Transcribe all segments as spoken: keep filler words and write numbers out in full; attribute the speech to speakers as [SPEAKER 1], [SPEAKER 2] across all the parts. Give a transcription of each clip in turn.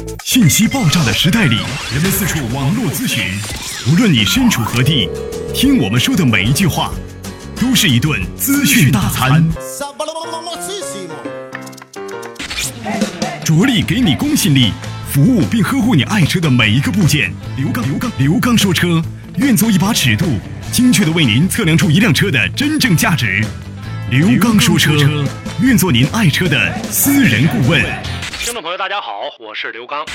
[SPEAKER 1] 信息爆炸的时代里，人们四处网络咨询，无论你身处何地，听我们说的每一句话，都是一顿资讯大餐。着力给你公信力，服务并呵护你爱车的每一个部件。刘刚，刘刚，刘刚说车，愿做一把尺度，精确的为您测量出一辆车的真正价值。刘刚说车，愿做您爱车的私人顾问。
[SPEAKER 2] 听众朋友大家好，我是刘刚。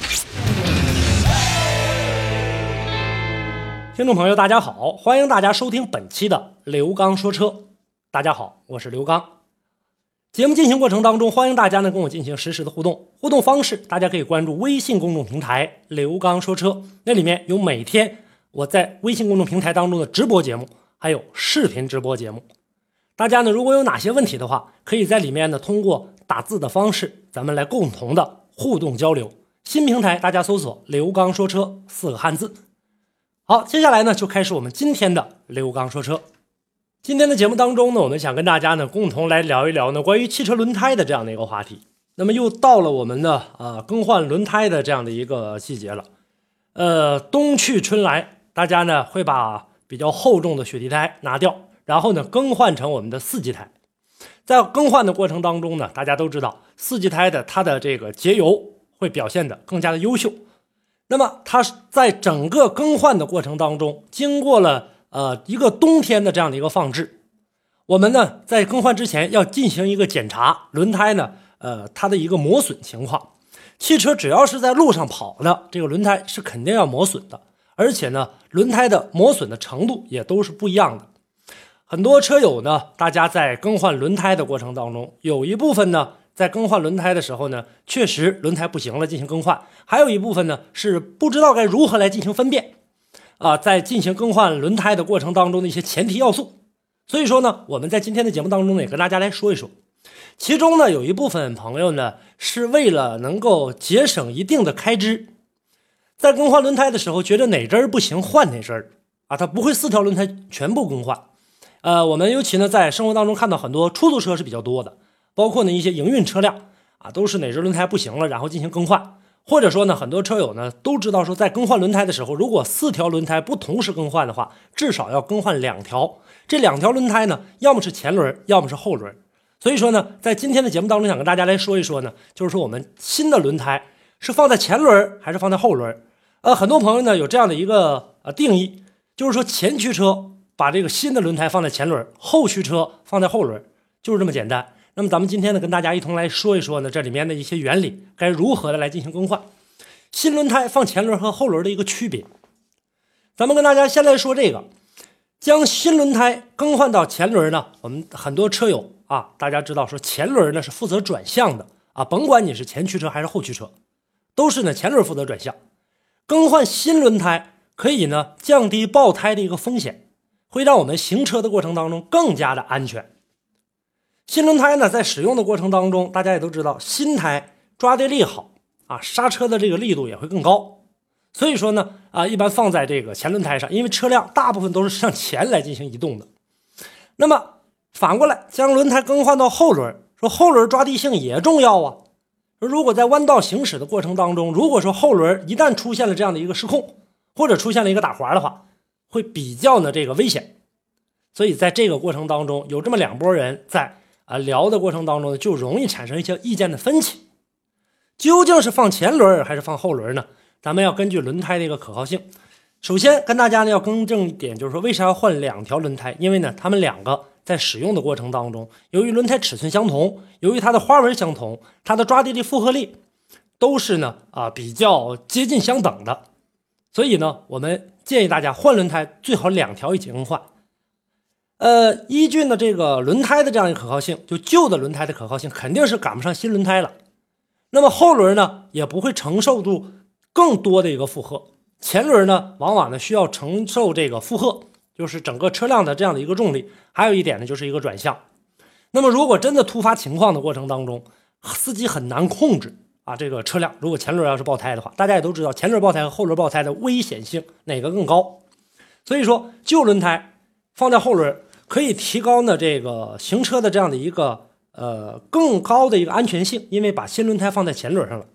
[SPEAKER 2] 听众朋友大家好，欢迎大家收听本期的刘刚说车。大家好，我是刘刚。节目进行过程当中，欢迎大家呢跟我进行实时的互动。互动方式，大家可以关注微信公众平台刘刚说车，那里面有每天我在微信公众平台当中的直播节目，还有视频直播节目。大家呢如果有哪些问题的话，可以在里面呢通过打字的方式，咱们来共同的互动交流。新平台大家搜索刘刚说车四个汉字。好，接下来呢就开始我们今天的刘刚说车。今天的节目当中呢，我们想跟大家呢共同来聊一聊呢关于汽车轮胎的这样的一个话题。那么又到了我们的呃更换轮胎的这样的一个季节了。呃，冬去春来，大家呢会把比较厚重的雪地胎拿掉，然后呢更换成我们的四季胎。在更换的过程当中呢，大家都知道四季胎的它的这个节油会表现得更加的优秀。那么它在整个更换的过程当中，经过了呃一个冬天的这样的一个放置，我们呢在更换之前要进行一个检查，轮胎呢呃它的一个磨损情况。汽车只要是在路上跑的，这个轮胎是肯定要磨损的，而且呢轮胎的磨损的程度也都是不一样的。很多车友呢，大家在更换轮胎的过程当中，有一部分呢在更换轮胎的时候呢，确实轮胎不行了进行更换，还有一部分呢是不知道该如何来进行分辨啊、呃，在进行更换轮胎的过程当中的一些前提要素。所以说呢，我们在今天的节目当中呢，也跟大家来说一说。其中呢，有一部分朋友呢是为了能够节省一定的开支，在更换轮胎的时候，觉得哪针不行换哪针啊，他不会四条轮胎全部更换。呃，我们尤其呢在生活当中看到很多出租车是比较多的，包括呢一些营运车辆啊，都是哪只轮胎不行了，然后进行更换。或者说呢，很多车友呢都知道说，在更换轮胎的时候，如果四条轮胎不同时更换的话，至少要更换两条。这两条轮胎呢，要么是前轮，要么是后轮。所以说呢，在今天的节目当中，想跟大家来说一说呢，就是说我们新的轮胎是放在前轮还是放在后轮？呃，很多朋友呢有这样的一个呃定义，就是说前驱车把这个新的轮胎放在前轮，后驱车放在后轮，就是这么简单。那么咱们今天呢，跟大家一同来说一说呢，这里面的一些原理，该如何的来进行更换。新轮胎放前轮和后轮的一个区别，咱们跟大家先来说这个，将新轮胎更换到前轮呢，我们很多车友啊，大家知道说前轮呢是负责转向的啊，甭管你是前驱车还是后驱车，都是呢前轮负责转向。更换新轮胎可以呢降低爆胎的一个风险，会让我们行车的过程当中更加的安全。新轮胎呢在使用的过程当中，大家也都知道新胎抓地力好啊，刹车的这个力度也会更高。所以说呢啊，一般放在这个前轮胎上，因为车辆大部分都是向前来进行移动的。那么反过来将轮胎更换到后轮，说后轮抓地性也重要啊。如果在弯道行驶的过程当中，如果说后轮一旦出现了这样的一个失控，或者出现了一个打滑的话，会比较呢这个危险。所以在这个过程当中，有这么两拨人在啊聊的过程当中呢，就容易产生一些意见的分歧。究竟是放前轮还是放后轮呢？咱们要根据轮胎的一个可靠性。首先跟大家呢要更正一点，就是说为啥要换两条轮胎？因为呢他们两个在使用的过程当中，由于轮胎尺寸相同，由于它的花纹相同，它的抓地力负荷力都是呢啊比较接近相等的。所以呢我们建议大家换轮胎最好两条一起更换。呃，依据呢这个轮胎的这样一个可靠性，就旧的轮胎的可靠性肯定是赶不上新轮胎了。那么后轮呢也不会承受住更多的一个负荷，前轮呢往往呢需要承受这个负荷，就是整个车辆的这样的一个重力。还有一点呢就是一个转向。那么如果真的突发情况的过程当中，司机很难控制啊这个车辆，如果前轮要是爆胎的话，大家也都知道前轮爆胎和后轮爆胎的危险性哪个更高。所以说旧轮胎放在后轮可以提高呢这个行车的这样的一个呃更高的一个安全性，因为把新轮胎放在前轮上了。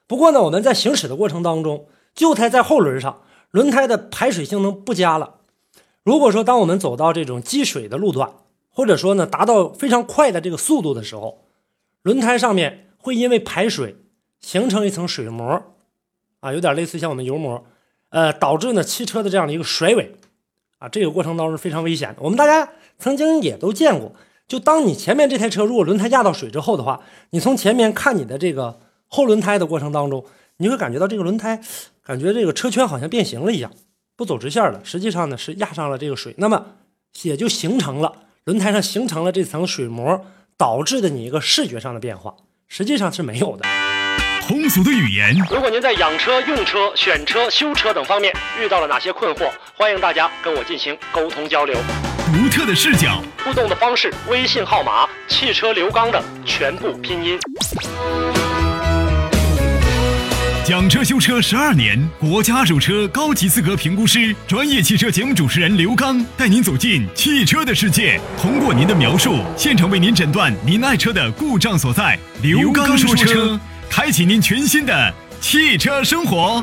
[SPEAKER 2] 不过呢，我们在行驶的过程当中，旧胎在后轮上，轮胎的排水性能不佳了。如果说当我们走到这种积水的路段，或者说呢达到非常快的这个速度的时候，轮胎上面会因为排水形成一层水膜啊，有点类似像我们油膜，呃，导致呢汽车的这样的一个甩尾啊，这个过程当中是非常危险的。我们大家曾经也都见过，就当你前面这台车如果轮胎压到水之后的话，你从前面看你的这个后轮胎的过程当中，你会感觉到这个轮胎感觉这个车圈好像变形了一样，不走直线了，实际上呢是压上了这个水，那么也就形成了轮胎上形成了这层水膜，导致的你一个视觉上的变化，实际上是没有的。
[SPEAKER 1] 通俗的语言，
[SPEAKER 2] 如果您在养车、用车、选车、修车等方面遇到了哪些困惑，欢迎大家跟我进行沟通交流。
[SPEAKER 1] 独特的视角，
[SPEAKER 2] 互动的方式，微信号码汽车刘刚的全部拼音。
[SPEAKER 1] 讲车修车十二年，国家二手车高级资格评估师，专业汽车节目主持人刘刚带您走进汽车的世界，通过您的描述，现场为您诊断您爱车的故障所在。刘刚说车，开启您全新的汽车生活。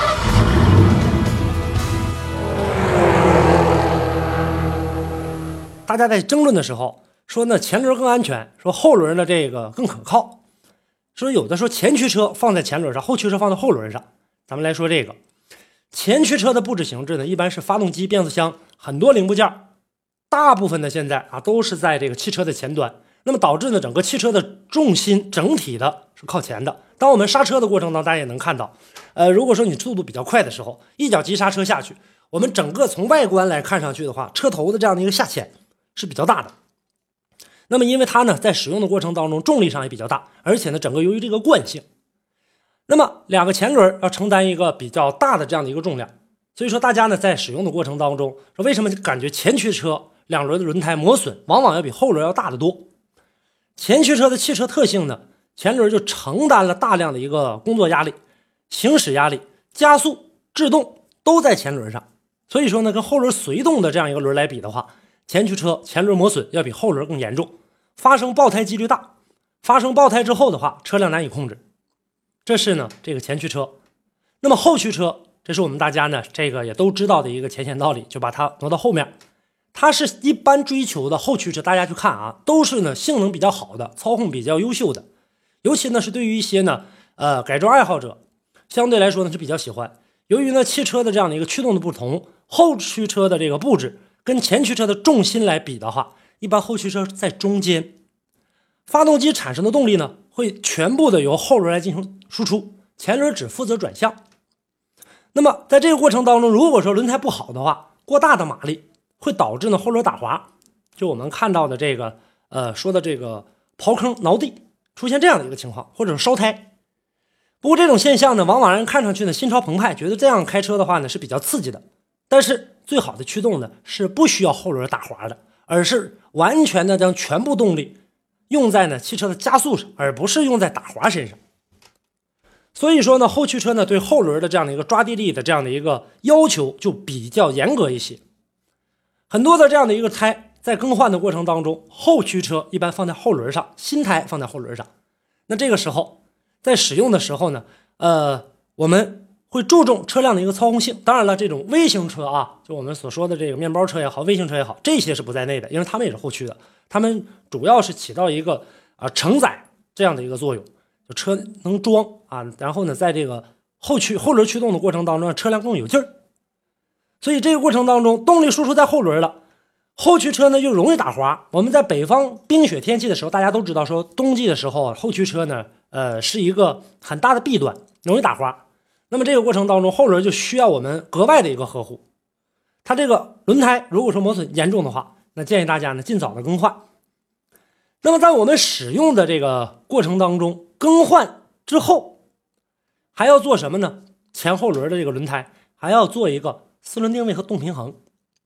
[SPEAKER 2] 大家在争论的时候说呢，前轮更安全，说后轮的这个更可靠。说有的说前驱车放在前轮上，后驱车放在后轮上。咱们来说这个前驱车的布置形制呢，一般是发动机、变速箱很多零部件，大部分的现在啊都是在这个汽车的前端，那么导致呢整个汽车的重心整体的是靠前的。当我们刹车的过程当中，大家也能看到，呃，如果说你速度比较快的时候，一脚急刹车下去，我们整个从外观来看上去的话，车头的这样的一个下潜是比较大的。那么因为它呢在使用的过程当中重力上也比较大，而且呢整个由于这个惯性，那么两个前轮要承担一个比较大的这样的一个重量，所以说大家呢在使用的过程当中，说为什么感觉前驱车两轮的轮胎磨损往往要比后轮要大得多。前驱车的汽车特性呢，前轮就承担了大量的一个工作压力、行驶压力、加速、制动都在前轮上，所以说呢跟后轮随动的这样一个轮来比的话，前驱车前轮磨损要比后轮更严重，发生爆胎几率大，发生爆胎之后的话，车辆难以控制。这是呢这个前驱车。那么后驱车，这是我们大家呢这个也都知道的一个浅显道理，就把它挪到后面。它是一般追求的后驱车，大家去看啊，都是呢性能比较好的，操控比较优秀的，尤其呢是对于一些呢呃改装爱好者，相对来说呢是比较喜欢。由于呢汽车的这样的一个驱动的不同，后驱车的这个布置跟前驱车的重心来比的话，一般后驱车在中间，发动机产生的动力呢会全部的由后轮来进行输出，前轮只负责转向。那么在这个过程当中，如果说轮胎不好的话，过大的马力会导致呢后轮打滑，就我们看到的这个呃说的这个刨坑挠地，出现这样的一个情况，或者是烧胎。不过这种现象呢，往往让人看上去呢心潮澎湃，觉得这样开车的话呢是比较刺激的。但是最好的驱动呢是不需要后轮打滑的，而是完全的将全部动力用在呢汽车的加速上，而不是用在打滑身上。所以说呢，后驱车呢对后轮的这样的一个抓地力的这样的一个要求就比较严格一些。很多的这样的一个胎在更换的过程当中，后驱车一般放在后轮上，新胎放在后轮上。那这个时候在使用的时候呢，呃，我们会注重车辆的一个操控性。当然了，这种微型车啊，就我们所说的这个面包车也好，微型车也好，这些是不在内的，因为他们也是后驱的，他们主要是起到一个啊承载这样的一个作用，就车能装啊，然后呢，在这个后驱后轮驱动的过程当中，车辆更有劲儿。所以这个过程当中，动力输出在后轮了，后驱车呢又容易打滑。我们在北方冰雪天气的时候，大家都知道说，冬季的时候后驱车呢，呃，是一个很大的弊端，容易打滑。那么这个过程当中，后轮就需要我们格外的一个呵护。它这个轮胎如果说磨损严重的话，那建议大家呢尽早的更换。那么在我们使用的这个过程当中，更换之后还要做什么呢？前后轮的这个轮胎还要做一个四轮定位和动平衡。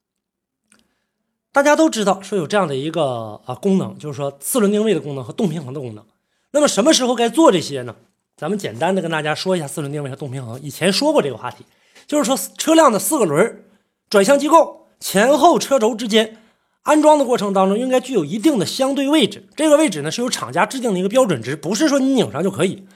[SPEAKER 2] 大家都知道说有这样的一个啊功能，就是说四轮定位的功能和动平衡的功能。那么什么时候该做这些呢？咱们简单的跟大家说一下四轮定位和动平衡。以前说过这个话题，就是说车辆的四个轮转向机构前后车轴之间安装的过程当中，应该具有一定的相对位置。这个位置呢是由厂家制定的一个标准值，不是说你拧上就可以。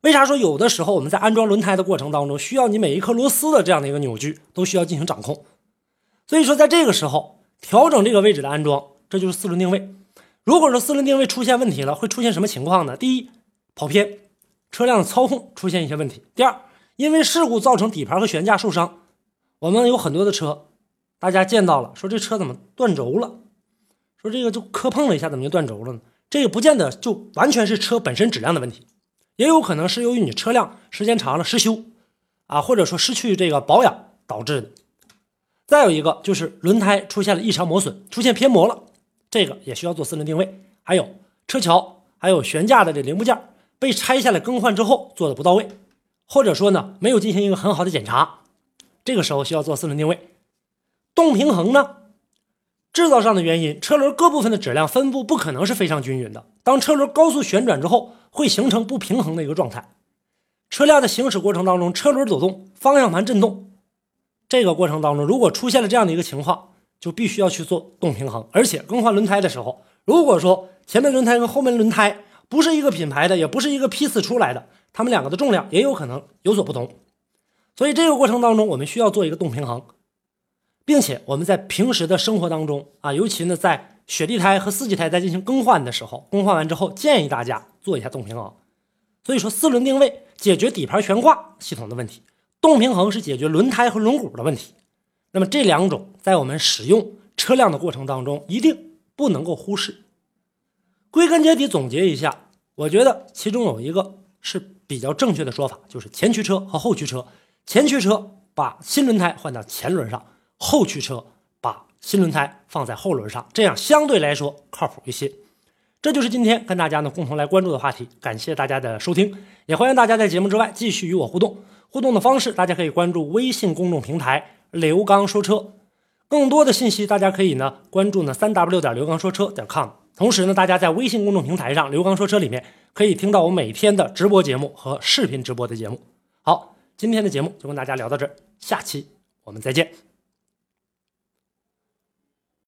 [SPEAKER 2] 为啥说有的时候我们在安装轮胎的过程当中，需要你每一颗螺丝的这样的一个扭矩都需要进行掌控？所以说在这个时候调整这个位置的安装，这就是四轮定位。如果说四轮定位出现问题了，会出现什么情况呢？第一，跑偏，车辆的操控出现一些问题。第二，因为事故造成底盘和悬架受伤。我们有很多的车，大家见到了，说这车怎么断轴了，说这个就磕碰了一下怎么就断轴了呢？这个不见得就完全是车本身质量的问题，也有可能是由于你车辆时间长了失修啊，或者说失去这个保养导致的。再有一个就是轮胎出现了异常磨损，出现偏磨了，这个也需要做四轮定位。还有车桥还有悬架的这零部件被拆下来更换之后做的不到位，或者说呢没有进行一个很好的检查，这个时候需要做四轮定位。动平衡呢，制造上的原因，车轮各部分的质量分布不可能是非常均匀的，当车轮高速旋转之后会形成不平衡的一个状态。车辆的行驶过程当中，车轮抖动，方向盘震动，这个过程当中如果出现了这样的一个情况，就必须要去做动平衡。而且更换轮胎的时候，如果说前面轮胎跟后面轮胎不是一个品牌的，也不是一个批次出来的，它们两个的重量也有可能有所不同。所以这个过程当中我们需要做一个动平衡，并且我们在平时的生活当中啊，尤其呢在雪地胎和四季胎在进行更换的时候，更换完之后建议大家做一下动平衡。所以说四轮定位解决底盘悬挂系统的问题，动平衡是解决轮胎和轮毂的问题。那么这两种在我们使用车辆的过程当中一定不能够忽视。归根结底总结一下，我觉得其中有一个是比较正确的说法，就是前驱车和后驱车。前驱车把新轮胎换到前轮上，后驱车把新轮胎放在后轮上，这样相对来说靠谱一些。这就是今天跟大家呢共同来关注的话题，感谢大家的收听，也欢迎大家在节目之外继续与我互动。互动的方式，大家可以关注微信公众平台刘刚说车，更多的信息大家可以呢关注呢 三 w 点刘刚说车点 com。同时呢，大家在微信公众平台上刘刚说车里面可以听到我每天的直播节目和视频直播的节目。好，今天的节目就跟大家聊到这儿，下期我们再见。